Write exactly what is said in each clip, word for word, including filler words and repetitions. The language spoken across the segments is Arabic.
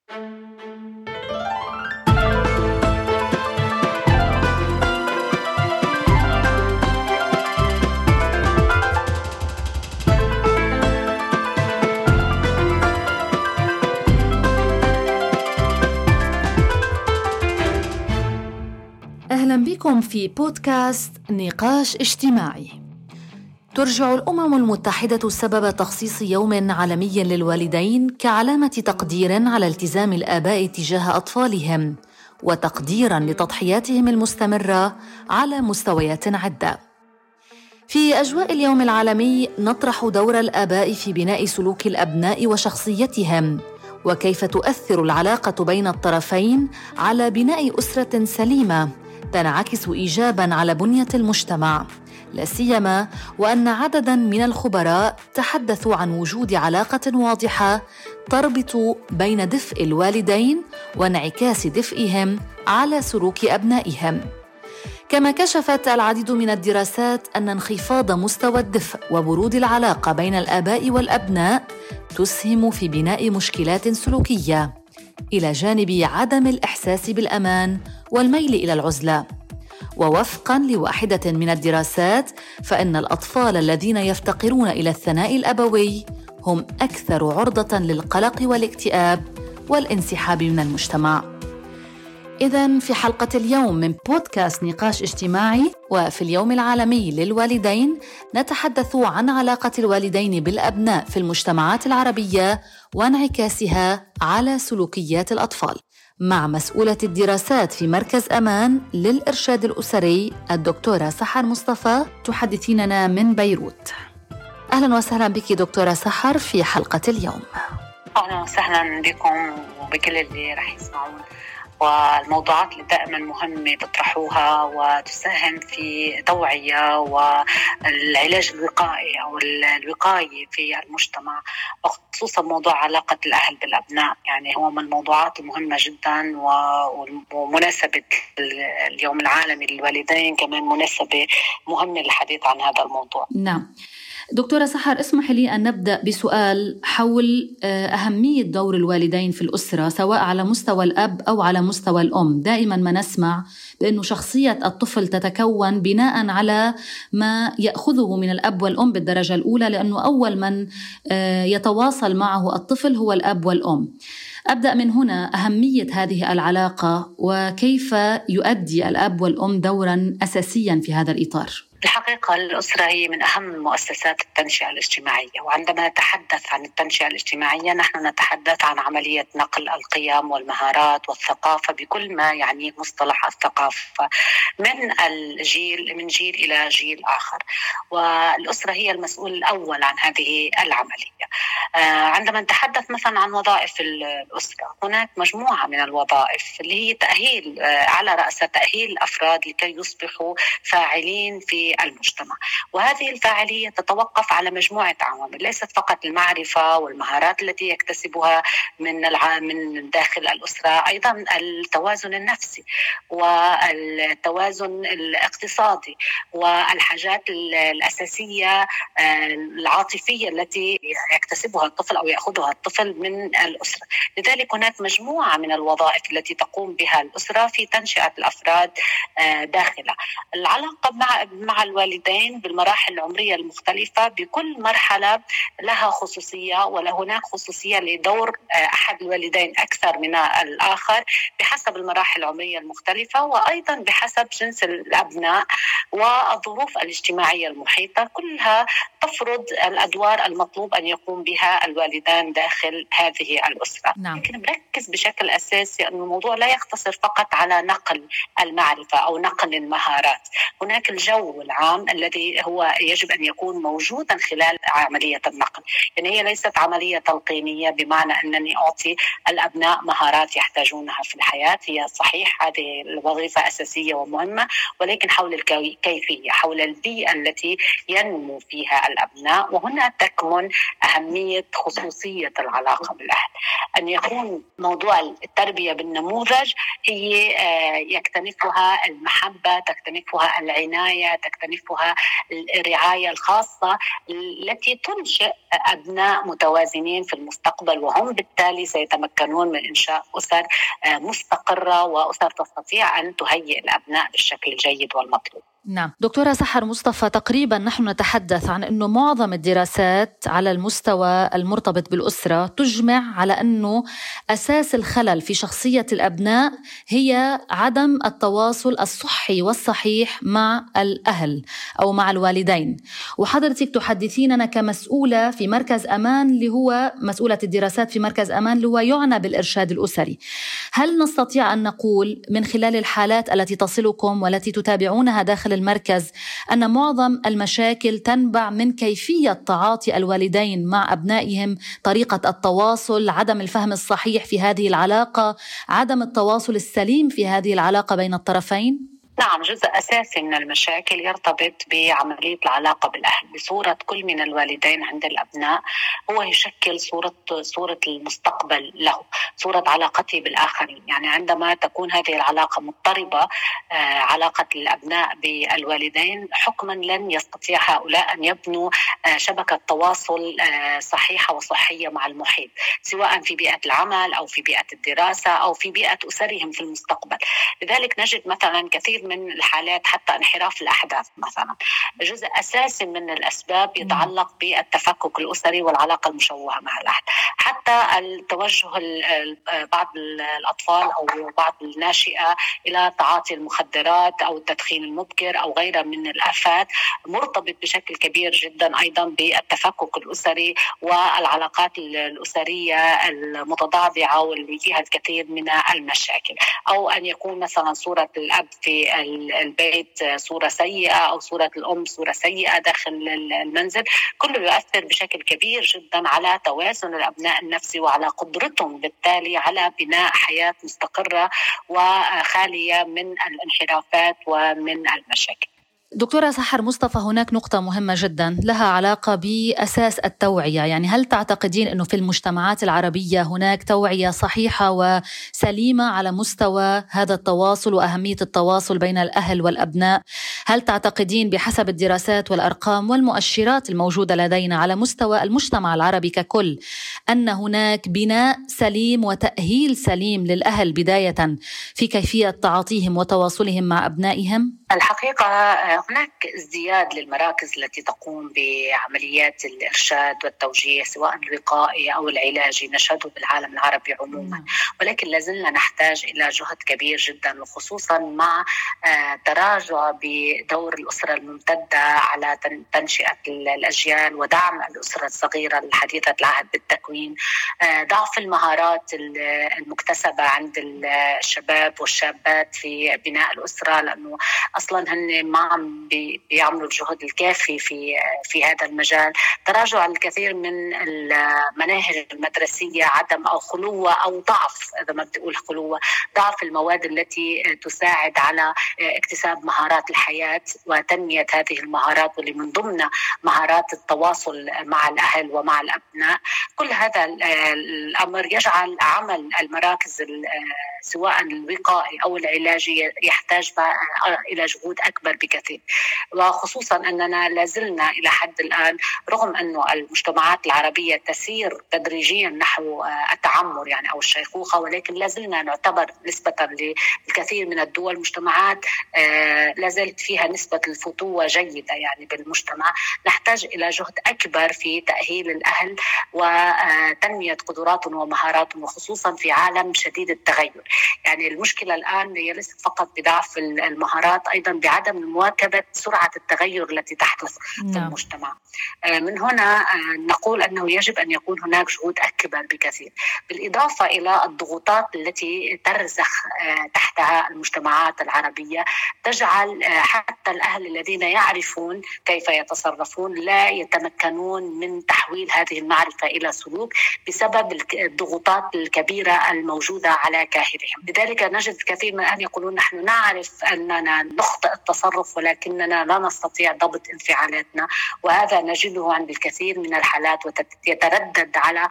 أهلا بكم في بودكاست نقاش اجتماعي. ترجع الأمم المتحدة سبب تخصيص يوم عالمي للوالدين كعلامة تقدير على التزام الآباء تجاه أطفالهم وتقديراً لتضحياتهم المستمرة على مستويات عدة. في أجواء اليوم العالمي نطرح دور الآباء في بناء سلوك الأبناء وشخصيتهم، وكيف تؤثر العلاقة بين الطرفين على بناء أسرة سليمة تنعكس إيجاباً على بنية المجتمع، لا سيما وأن عدداً من الخبراء تحدثوا عن وجود علاقة واضحة تربط بين دفء الوالدين وانعكاس دفئهم على سلوك أبنائهم. كما كشفت العديد من الدراسات أن انخفاض مستوى الدفء وبرود العلاقة بين الآباء والأبناء تسهم في بناء مشكلات سلوكية، إلى جانب عدم الإحساس بالأمان والميل إلى العزلة. ووفقاً لواحدة من الدراسات، فإن الأطفال الذين يفتقرون إلى الثناء الأبوي هم أكثر عرضة للقلق والاكتئاب والانسحاب من المجتمع. إذن في حلقة اليوم من بودكاست نقاش اجتماعي وفي اليوم العالمي للوالدين نتحدث عن علاقة الوالدين بالأبناء في المجتمعات العربية وانعكاسها على سلوكيات الأطفال، مع مسؤولة الدراسات في مركز أمان للإرشاد الأسري الدكتورة سحر مصطفى تحدثيننا من بيروت. أهلا وسهلا بك دكتورة سحر في حلقة اليوم. أهلا وسهلا بكم وبكل اللي رح يسمعون. والموضوعات اللي دائما مهمة بتطرحوها وتساهم في توعية والعلاج الوقائي أو الوقاية في المجتمع، وخصوصا موضوع علاقة الأهل بالأبناء. يعني هو من الموضوعات المهمة جدا، ومناسبة اليوم العالمي للوالدين كمان مناسبة مهمة للحديث عن هذا الموضوع. نعم دكتورة سحر، اسمح لي أن نبدأ بسؤال حول أهمية دور الوالدين في الأسرة، سواء على مستوى الأب أو على مستوى الأم. دائما ما نسمع بأنه شخصية الطفل تتكون بناء على ما يأخذه من الأب والأم بالدرجة الأولى، لأنه أول من يتواصل معه الطفل هو الأب والأم. أبدأ من هنا، أهمية هذه العلاقة وكيف يؤدي الأب والأم دوراً أساسياً في هذا الإطار. الحقيقة الأسرة هي من أهم مؤسسات التنشئة الاجتماعية، وعندما نتحدث عن التنشئة الاجتماعية نحن نتحدث عن عملية نقل القيم والمهارات والثقافة بكل ما يعني مصطلح الثقافة من الجيل من جيل إلى جيل آخر، والأسرة هي المسؤول الأول عن هذه العملية. عندما نتحدث مثلا عن وظائف الأسرة، هناك مجموعة من الوظائف اللي هي تأهيل، على رأسها تأهيل الأفراد لكي يصبحوا فاعلين في المجتمع. وهذه الفاعلية تتوقف على مجموعة عوامل، ليست فقط المعرفة والمهارات التي يكتسبها من الع... من داخل الأسرة، أيضا التوازن النفسي والتوازن الاقتصادي والحاجات الأساسية العاطفية التي يكتسبها الطفل أو يأخذها الطفل من الأسرة. لذلك هناك مجموعة من الوظائف التي تقوم بها الأسرة في تنشئة الأفراد داخلها. العلاقة مع مع الوالدين بالمراحل العمرية المختلفة، بكل مرحلة لها خصوصية، ولا هناك خصوصية لدور أحد الوالدين أكثر من الآخر بحسب المراحل العمرية المختلفة، وأيضا بحسب جنس الأبناء والظروف الاجتماعية المحيطة. كلها تفرض الأدوار المطلوب أن يقوم بها الوالدان داخل هذه الأسرة. نعم. لكن بركز بشكل أساسي أن الموضوع لا يقتصر فقط على نقل المعرفة أو نقل المهارات. هناك الجو العام الذي هو يجب أن يكون موجودا خلال عملية النقل. يعني هي ليست عملية تلقينية بمعنى أنني أعطي الأبناء مهارات يحتاجونها في الحياة. هي صحيح هذه الوظيفة أساسية ومهمة، ولكن حول الكيفية، حول البيئة التي ينمو فيها الأبناء. وهنا تكمن أهمية خصوصية العلاقة بالأهل، أن تكون موضوع التربية بالنموذج هي يكتنفها المحبة، تكتنفها العناية، تكتنفها الرعاية الخاصة التي تنشئ أبناء متوازنين في المستقبل، وهم بالتالي سيتمكنون من إنشاء أسر مستقرة وأسر تستطيع أن تهيئ الأبناء بالشكل الجيد والمطلوب. نعم دكتورة سحر مصطفى، تقريبا نحن نتحدث عن أنه معظم الدراسات على المستوى المرتبط بالأسرة تجمع على أنه أساس الخلل في شخصية الأبناء هي عدم التواصل الصحي والصحيح مع الأهل أو مع الوالدين. وحضرتك تحدثيننا كمسؤولة في مركز أمان اللي هو مسؤولة الدراسات في مركز أمان اللي هو يعنى بالإرشاد الأسري. هل نستطيع أن نقول من خلال الحالات التي تصلكم والتي تتابعونها داخل المركز أن معظم المشاكل تنبع من كيفية تعاطي الوالدين مع أبنائهم، طريقة التواصل، عدم الفهم الصحيح في هذه العلاقة، عدم التواصل السليم في هذه العلاقة بين الطرفين؟ نعم، جزء أساسي من المشاكل يرتبط بعملية العلاقة بالأهل. بصورة كل من الوالدين عند الأبناء هو يشكل صورة صورة المستقبل له، صورة علاقته بالآخرين. يعني عندما تكون هذه العلاقة مضطربة، آه علاقة الأبناء بالوالدين، حكما لن يستطيع هؤلاء أن يبنوا آه شبكة تواصل آه صحيحة وصحية مع المحيط، سواء في بيئة العمل أو في بيئة الدراسة أو في بيئة أسرهم في المستقبل. لذلك نجد مثلا كثير من الحالات حتى انحراف الأحداث مثلا جزء أساسي من الأسباب يتعلق بالتفكك الأسري والعلاقة المشوهة مع الأهل. حتى التوجه بعض الأطفال أو بعض الناشئة إلى تعاطي المخدرات أو التدخين المبكر أو غيرها من الآفات مرتبط بشكل كبير جدا أيضا بالتفكك الأسري والعلاقات الأسرية المتضعضعة واللي فيها الكثير من المشاكل. أو أن يكون مثلا صورة الأب في البيت صورة سيئة أو صورة الأم صورة سيئة داخل المنزل، كله يؤثر بشكل كبير جدا على توازن الأبناء النفسي وعلى قدرتهم بالتالي على بناء حياة مستقرة وخالية من الانحرافات ومن المشاكل. دكتورة سحر مصطفى، هناك نقطة مهمة جدا لها علاقة بأساس التوعية. يعني هل تعتقدين أنه في المجتمعات العربية هناك توعية صحيحة وسليمة على مستوى هذا التواصل وأهمية التواصل بين الأهل والأبناء؟ هل تعتقدين بحسب الدراسات والأرقام والمؤشرات الموجودة لدينا على مستوى المجتمع العربي ككل أن هناك بناء سليم وتأهيل سليم للأهل بداية في كيفية تعاطيهم وتواصلهم مع أبنائهم؟ الحقيقة هناك ازدياد للمراكز التي تقوم بعمليات الإرشاد والتوجيه سواء الوقائي أو العلاجي نشهده بالعالم العربي عموما، ولكن لازلنا نحتاج إلى جهد كبير جدا، وخصوصا مع تراجع بدور الأسرة الممتدة على تنشئة الأجيال ودعم الأسرة الصغيرة الحديثة العهد بالتكوين، ضعف المهارات المكتسبة عند الشباب والشابات في بناء الأسرة، لأنه أصلاً هن ما عم بيعملوا الجهد الكافي في في هذا المجال. تراجع الكثير من المناهج المدرسية، عدم أو خلوة أو ضعف، إذا ما بدي أقول خلوة، ضعف المواد التي تساعد على اكتساب مهارات الحياة وتنمية هذه المهارات، واللي من ضمنها مهارات التواصل مع الأهل ومع الأبناء. كل هذا الأمر يجعل عمل المراكز سواء الوقائي أو العلاجي يحتاج إلى جهود أكبر بكثير، وخصوصا أننا لازلنا إلى حد الآن رغم أنه المجتمعات العربية تسير تدريجيا نحو التعمر يعني أو الشيخوخة، ولكن لازلنا نعتبر نسبة للكثير من الدول مجتمعات لازلت فيها نسبة الفتوة جيدة يعني بالمجتمع. نحتاج إلى جهد أكبر في تأهيل الأهل وتنمية قدراتهم ومهاراتهم، وخصوصا في عالم شديد التغير. يعني المشكلة الآن هي ليست فقط بضعف المهارات، أيضا بعدم مواكبة سرعة التغير التي تحدث في المجتمع. من هنا نقول أنه يجب أن يكون هناك جهود أكبر بكثير، بالإضافة إلى الضغوطات التي ترسخ تحتها المجتمعات العربية تجعل حتى الأهل الذين يعرفون كيف يتصرفون لا يتمكنون من تحويل هذه المعرفة إلى سلوك بسبب الضغوطات الكبيرة الموجودة على كاهلهم. تصرفهم. لذلك نجد كثير من الأهل يقولون نحن نعرف أننا نخطئ التصرف ولكننا لا نستطيع ضبط انفعالاتنا، وهذا نجده عند الكثير من الحالات، ويتردد على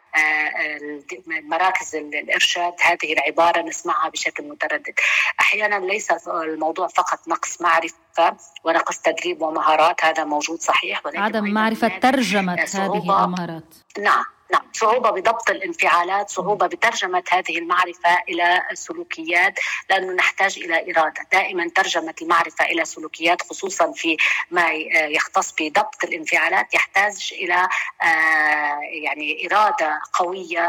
مراكز الإرشاد هذه العبارة نسمعها بشكل متردد. أحيانا ليس الموضوع فقط نقص معرفة ونقص تدريب ومهارات، هذا موجود صحيح، ولكن عدم معرفة ترجمة هذه المهارات. نعم نعم صعوبة بضبط الانفعالات، صعوبة بترجمة هذه المعرفة إلى سلوكيات، لأنه نحتاج إلى إرادة. دائما ترجمة المعرفة إلى سلوكيات خصوصا في ما يختص بضبط الانفعالات يحتاج إلى يعني إرادة قوية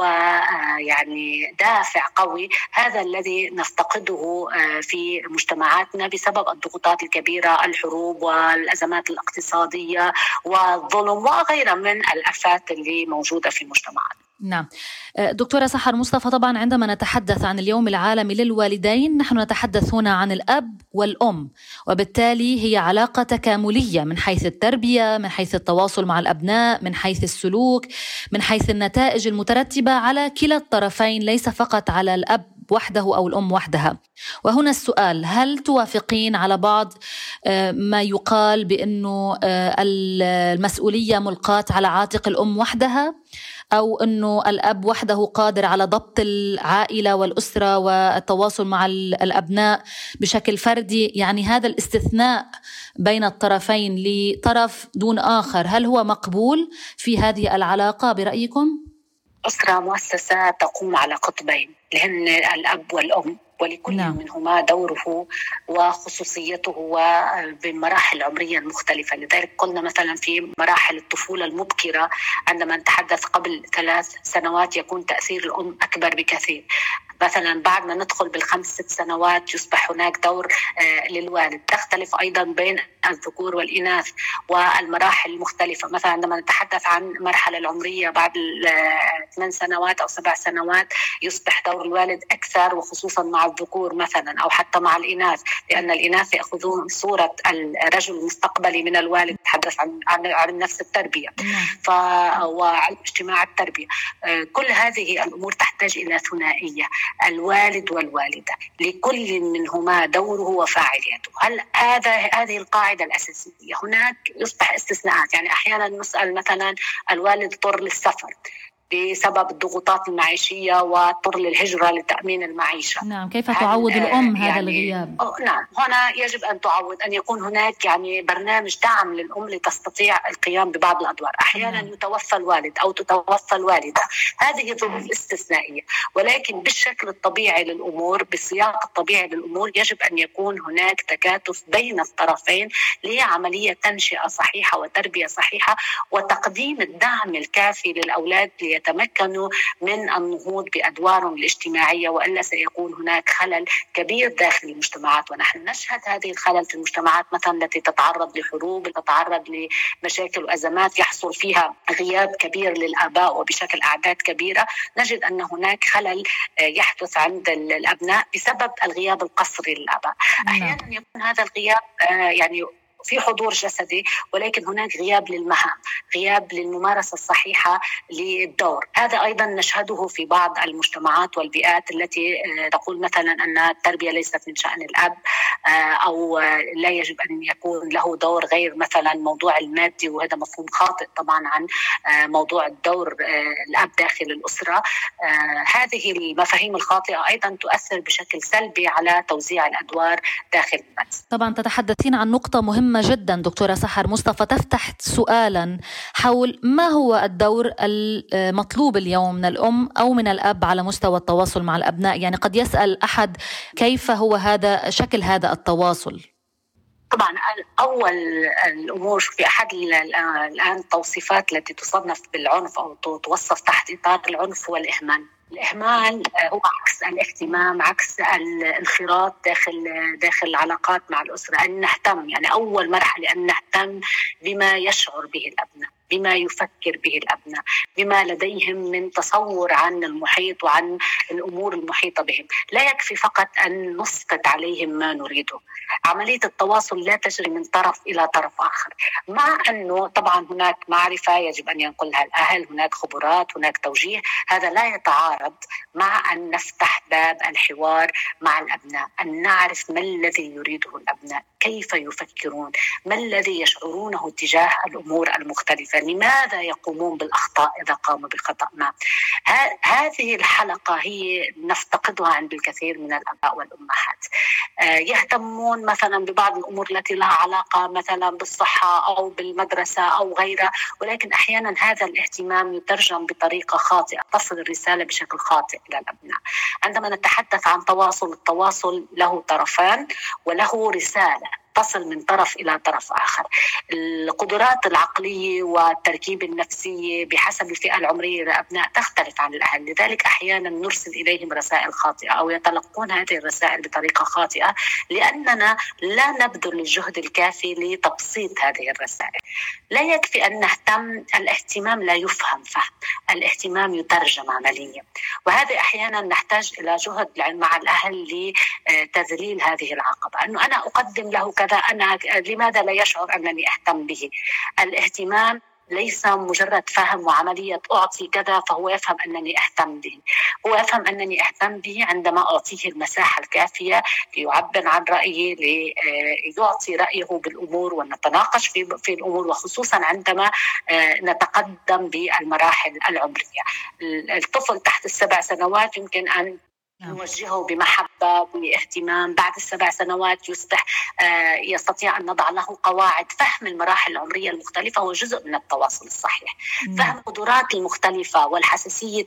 ويعني دافع قوي. هذا الذي نفتقده في مجتمعاتنا بسبب الضغوطات الكبيرة، الحروب والأزمات الاقتصادية والظلم وغيرها من الآفات اللي موجودة في المجتمعات. نعم دكتورة سحر مصطفى، طبعا عندما نتحدث عن اليوم العالمي للوالدين نحن نتحدث هنا عن الأب والأم، وبالتالي هي علاقة تكاملية من حيث التربية، من حيث التواصل مع الأبناء، من حيث السلوك، من حيث النتائج المترتبة على كلا الطرفين، ليس فقط على الأب وحده أو الأم وحدها. وهنا السؤال، هل توافقين على بعض ما يقال بأنه المسؤولية ملقاة على عاتق الأم وحدها، أو أنه الأب وحده قادر على ضبط العائلة والأسرة والتواصل مع الأبناء بشكل فردي؟ يعني هذا الاستثناء بين الطرفين لطرف دون آخر، هل هو مقبول في هذه العلاقة برأيكم؟ أسرة مؤسسة تقوم على قطبين لهن الأب والأم، ولكل نعم. منهما دوره وخصوصيته وبمراحل العمرية المختلفة. لذلك قلنا مثلا في مراحل الطفولة المبكرة عندما نتحدث قبل ثلاث سنوات يكون تأثير الأم أكبر بكثير. مثلا بعد ما ندخل بالخمس ست سنوات يصبح هناك دور آه للوالد. تختلف أيضا بين الذكور والإناث والمراحل المختلفة. مثلا عندما نتحدث عن المرحلة العمرية بعد ثمان سنوات أو سبع سنوات يصبح دور الوالد أكثر، وخصوصا مع الذكور مثلا أو حتى مع الإناث، لأن الإناث يأخذون صورة الرجل المستقبلي من الوالد. تحدث عن عن نفس التربية ف وعن اجتماع التربية. آه كل هذه الأمور تحتاج إلى ثنائية، الوالد والوالدة، لكل منهما دوره وفاعليته. هل هذا هذه القاعدة الأساسية؟ هناك يصبح استثناءات، يعني أحيانا نسأل مثلا الوالد اضطر للسفر بسبب الضغوطات المعيشية واضطر للهجرة لتأمين المعيشة. نعم، كيف تعوض الأم هذا يعني الغياب؟ نعم، هنا يجب أن تعوض، أن يكون هناك يعني برنامج دعم للأم لتستطيع القيام ببعض الأدوار. أحيانا نعم. يتوفى الوالد أو تتوفى الوالدة، هذه ظروف استثنائية، ولكن بالشكل الطبيعي للأمور، بالسياق الطبيعي للأمور يجب أن يكون هناك تكاتف بين الطرفين لعملية تنشئة صحيحة وتربية صحيحة وتقديم الدعم الكافي للأولاد يتمكنوا من النهوض بأدوارهم الاجتماعية، وإلا سيكون هناك خلل كبير داخل المجتمعات. ونحن نشهد هذه الخلل في المجتمعات مثلا التي تتعرض لحروب، تتعرض لمشاكل وأزمات يحصل فيها غياب كبير للآباء وبشكل أعداد كبيرة. نجد أن هناك خلل يحدث عند الأبناء بسبب الغياب القسري للآباء. أحيانا يكون هذا الغياب يعني في حضور جسدي، ولكن هناك غياب للمهام، غياب للممارسة الصحيحة للدور. هذا أيضا نشهده في بعض المجتمعات والبيئات التي تقول مثلا أن التربية ليست من شأن الأب، أو لا يجب أن يكون له دور غير مثلا موضوع المادي، وهذا مفهوم خاطئ طبعا عن موضوع الدور الأب داخل الأسرة. هذه المفاهيم الخاطئة أيضا تؤثر بشكل سلبي على توزيع الأدوار داخل المنزل. طبعا تتحدثين عن نقطة مهمة جدا دكتورة سحر مصطفى، تفتح سؤالا حول ما هو الدور المطلوب اليوم من الأم أو من الأب على مستوى التواصل مع الأبناء. يعني قد يسأل أحد كيف هو هذا شكل هذا التواصل؟ طبعا أول الأمور في أحد الآن التوصيفات التي تصنف بالعنف أو توصف تحت إطار العنف هو الإهمال. الإهمال هو عكس الاهتمام، عكس الانخراط داخل داخل العلاقات مع الأسرة. أن نهتم، يعني أول مرحلة أن نهتم بما يشعر به الأبناء، بما يفكر به الأبناء، بما لديهم من تصور عن المحيط وعن الأمور المحيطة بهم. لا يكفي فقط أن نسقط عليهم ما نريده. عملية التواصل لا تجري من طرف إلى طرف آخر، مع أنه طبعا هناك معرفة يجب أن ينقلها الأهل، هناك خبرات، هناك توجيه. هذا لا يتعارض مع أن نفتح باب الحوار مع الأبناء، أن نعرف ما الذي يريده الأبناء، كيف يفكرون، ما الذي يشعرونه تجاه الأمور المختلفة، لماذا يقومون بالأخطاء إذا قاموا بخطأ ما. هذه الحلقة هي نفتقدها عند الكثير من الآباء والأمهات. يهتمون مثلا ببعض الأمور التي لها علاقة مثلا بالصحة أو بالمدرسة أو غيرها، ولكن أحيانا هذا الاهتمام يترجم بطريقة خاطئة، تصل الرسالة بشكل خاطئ إلى الأبناء. عندما نتحدث عن تواصل، التواصل له طرفان وله رسالة تصل من طرف إلى طرف آخر. القدرات العقلية والتركيب النفسية بحسب الفئة العمرية للأبناء تختلف عن الأهل، لذلك أحيانا نرسل إليهم رسائل خاطئة أو يتلقون هذه الرسائل بطريقة خاطئة، لأننا لا نبذل الجهد الكافي لتبسيط هذه الرسائل. لا يكفي أن نهتم، الاهتمام لا يفهم فهم، الاهتمام يترجم عمليا، وهذا أحيانا نحتاج إلى جهد مع الأهل لتذليل هذه العقبة، أنه أنا أقدم له كذا، أنا لماذا لا يشعر أنني أهتم به؟ الاهتمام ليس مجرد فهم وعملية أعطي كذا فهو يفهم أنني أهتم به. هو يفهم أنني أهتم به عندما أعطيه المساحة الكافية ليعبر عن رأيه، ليعطي رأيه بالأمور ونتناقش في في الأمور، وخصوصا عندما نتقدم بالمراحل العمرية. الطفل تحت السبع سنوات يمكن أن نوجهه بمحبة باهتمام، بعد السبع سنوات يصبح يستطيع أن نضع له قواعد. فهم المراحل العمرية المختلفة هو جزء من التواصل الصحيح. م. فهم القدرات المختلفة والحساسية،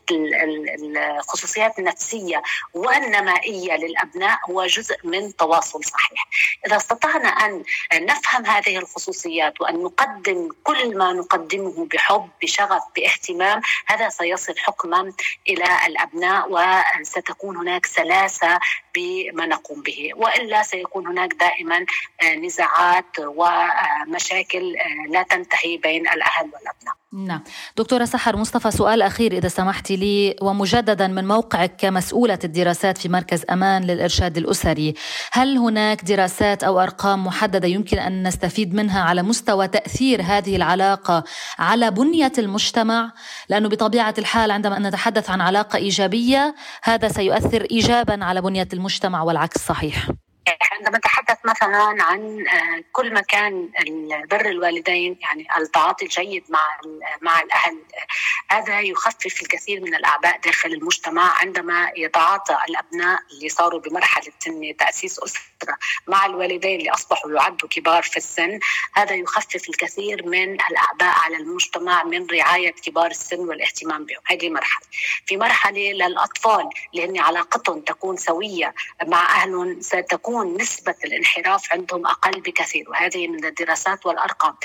الخصوصيات النفسية والنمائية للأبناء هو جزء من تواصل صحيح. إذا استطعنا أن نفهم هذه الخصوصيات وأن نقدم كل ما نقدمه بحب، بشغف، باهتمام، هذا سيصل حكما إلى الأبناء، وستكون هناك سلاسة بما نقوم به، وإلا سيكون هناك دائما نزاعات ومشاكل لا تنتهي بين الأهل والأبناء. نعم. دكتورة سحر مصطفى، سؤال أخير إذا سمحتي لي، ومجددا من موقعك كمسؤولة الدراسات في مركز أمان للإرشاد الأسري، هل هناك دراسات أو أرقام محددة يمكن أن نستفيد منها على مستوى تأثير هذه العلاقة على بنية المجتمع؟ لأنه بطبيعة الحال عندما نتحدث عن علاقة إيجابية هذا سيؤثر إيجابا على بنية المجتمع والعكس صحيح. عندما نتحدث مثلا عن كل ما كان بر الوالدين، يعني التعاطي الجيد مع مع الأهل، هذا يخفف الكثير من الأعباء داخل المجتمع. عندما يتعاطى الأبناء اللي صاروا بمرحلة سن تأسيس أسرة مع الوالدين اللي أصبحوا يعدوا كبار في السن، هذا يخفف الكثير من الأعباء على المجتمع من رعاية كبار السن والاهتمام بهم. هذه مرحلة. في مرحلة للأطفال اللي هن علاقتهم تكون سوية مع أهلهم، ستكون نسبة الانحراف عندهم أقل بكثير، وهذه من الدراسات والأرقام.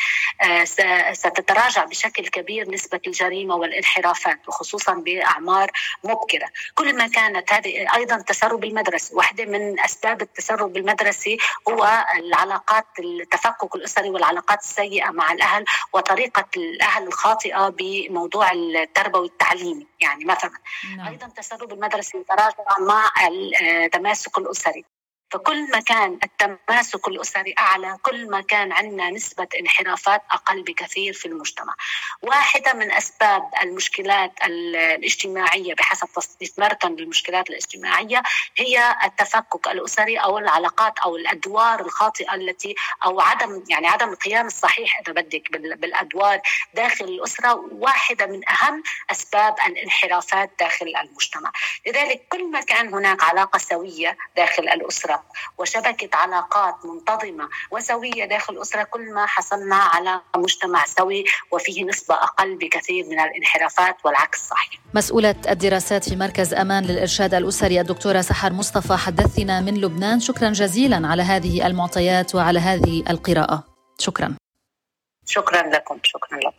ستتراجع بشكل كبير نسبة الجريمة والانحرافات، وخصوصا بأعمار مبكرة. كل ما كانت هذه أيضا تسرب المدرسي، واحدة من أسباب التسرب المدرسي هو العلاقات، التفكك الأسري والعلاقات السيئة مع الأهل، وطريقة الأهل الخاطئة بموضوع التربوي التعليمي. يعني مثلا نعم. أيضا تسرب المدرسي يتراجع مع التماسك الأسري. فكل ما كان التماسك الأسري أعلى، كل ما كان عندنا نسبة انحرافات أقل بكثير في المجتمع. واحدة من أسباب المشكلات الاجتماعية بحسب تصنيف ميرتون للمشكلات الاجتماعية هي التفكك الأسري أو العلاقات أو الأدوار الخاطئة التي أو عدم يعني عدم القيام الصحيح إذا بدك بالأدوار داخل الأسرة، واحدة من أهم أسباب الانحرافات داخل المجتمع. لذلك كل ما كان هناك علاقة سوية داخل الأسرة وشبكة علاقات منتظمة وسوية داخل الأسرة، كل ما حصلنا على مجتمع سوي وفيه نسبة أقل بكثير من الانحرافات والعكس صحيح. مسؤولة الدراسات في مركز أمان للإرشاد الأسري الدكتورة سحر مصطفى حدثنا من لبنان، شكرا جزيلا على هذه المعطيات وعلى هذه القراءة. شكرا. شكرا لكم. شكرا لكم.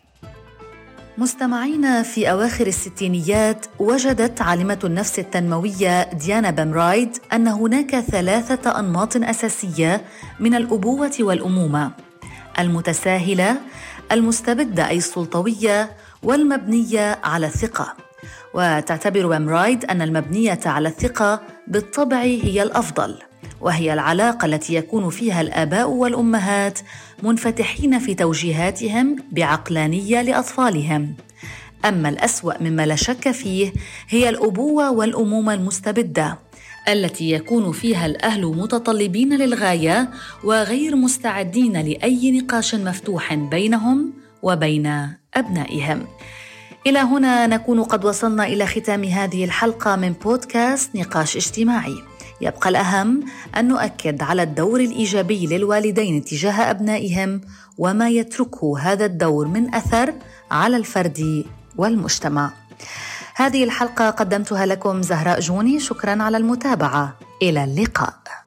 مستمعينا، في أواخر الستينيات وجدت عالمة النفس التنموية ديانا بامرايد أن هناك ثلاثة أنماط أساسية من الأبوة والأمومة: المتساهلة، المستبدة أي السلطوية والمبنية على الثقة. وتعتبر ويمرايد أن المبنية على الثقة بالطبع هي الأفضل، وهي العلاقة التي يكون فيها الآباء والأمهات منفتحين في توجيهاتهم بعقلانية لأطفالهم. أما الأسوأ مما لا شك فيه هي الأبوة والأمومة المستبدة التي يكون فيها الأهل متطلبين للغاية وغير مستعدين لأي نقاش مفتوح بينهم وبين أبنائهم. إلى هنا نكون قد وصلنا إلى ختام هذه الحلقة من بودكاست نقاش اجتماعي. يبقى الأهم أن نؤكد على الدور الإيجابي للوالدين تجاه أبنائهم وما يتركه هذا الدور من أثر على الفرد والمجتمع. هذه الحلقة قدمتها لكم زهراء جوني، شكراً على المتابعة، إلى اللقاء.